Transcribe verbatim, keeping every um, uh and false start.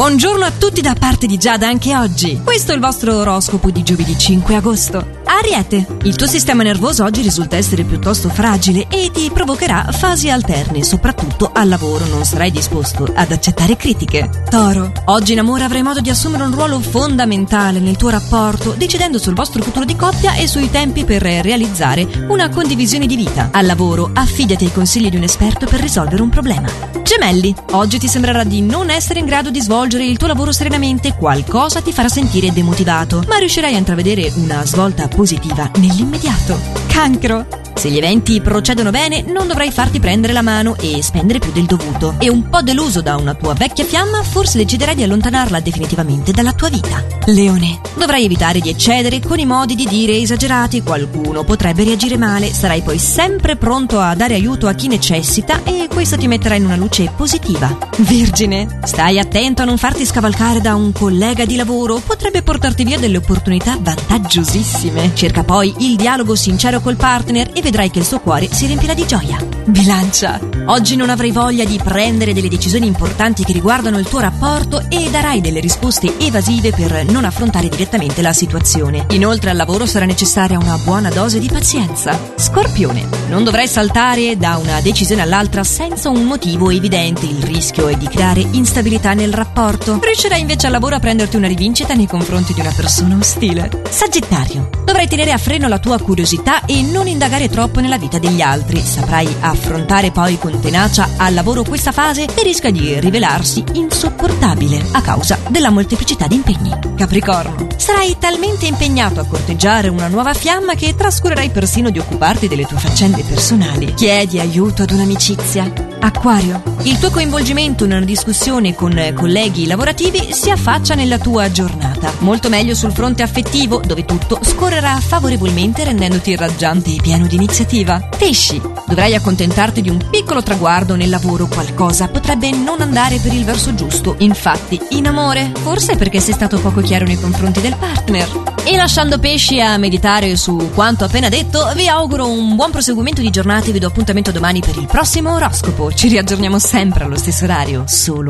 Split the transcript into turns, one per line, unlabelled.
Buongiorno a tutti da parte di Giada anche oggi. Questo è il vostro oroscopo di giovedì cinque agosto. Ariete, il tuo sistema nervoso oggi risulta essere piuttosto fragile e ti provocherà fasi alterne, soprattutto al lavoro non sarai disposto ad accettare critiche. Toro, oggi in amore avrai modo di assumere un ruolo fondamentale nel tuo rapporto, decidendo sul vostro futuro di coppia e sui tempi per realizzare una condivisione di vita. Al lavoro, affidati ai consigli di un esperto per risolvere un problema. Gemelli, oggi ti sembrerà di non essere in grado di svolgere il tuo lavoro serenamente, qualcosa ti farà sentire demotivato, ma riuscirai a intravedere una svolta positiva nell'immediato. Cancro, se gli eventi procedono bene, non dovrai farti prendere la mano e spendere più del dovuto. E un po' deluso da una tua vecchia fiamma, forse deciderai di allontanarla definitivamente dalla tua vita. Leone, dovrai evitare di eccedere con i modi di dire esagerati, qualcuno potrebbe reagire male, sarai poi sempre pronto a dare aiuto a chi necessita e questo ti metterà in una luce positiva. Vergine, stai attento a non farti scavalcare da un collega di lavoro, potrebbe portarti via delle opportunità vantaggiosissime. Cerca poi il dialogo sincero col partner e vedrai che il suo cuore si riempirà di gioia. Bilancia, oggi non avrai voglia di prendere delle decisioni importanti che riguardano il tuo rapporto e darai delle risposte evasive per non affrontare direttamente la situazione. Inoltre al lavoro sarà necessaria una buona dose di pazienza. Scorpione, non dovrai saltare da una decisione all'altra senza un motivo evidente, il rischio è di creare instabilità nel rapporto. Riuscirai invece al lavoro a prenderti una rivincita nei confronti di una persona ostile. Sagittario, dovrai tenere a freno la tua curiosità e non indagare troppo nella vita degli altri. Saprai affrontare poi con tenacia al lavoro questa fase che rischia di rivelarsi insopportabile a causa della molteplicità di impegni. Capricorno, sarai talmente impegnato a corteggiare una nuova fiamma che trascurerai persino di occuparti delle tue faccende personali. Chiedi aiuto ad un'amicizia. Acquario, il tuo coinvolgimento in una discussione con colleghi lavorativi si affaccia nella tua giornata. Molto meglio sul fronte affettivo, dove tutto scorrerà favorevolmente rendendoti raggiante e pieno di iniziativa. Pesci, dovrai accontentarti di un piccolo traguardo nel lavoro, qualcosa potrebbe non andare per il verso giusto. Infatti, in amore, forse perché sei stato poco chiaro nei confronti del partner. E lasciando Pesci a meditare su quanto appena detto, vi auguro un buon proseguimento di giornata e vi do appuntamento domani per il prossimo oroscopo. Ci riaggiorniamo sempre allo stesso orario, solo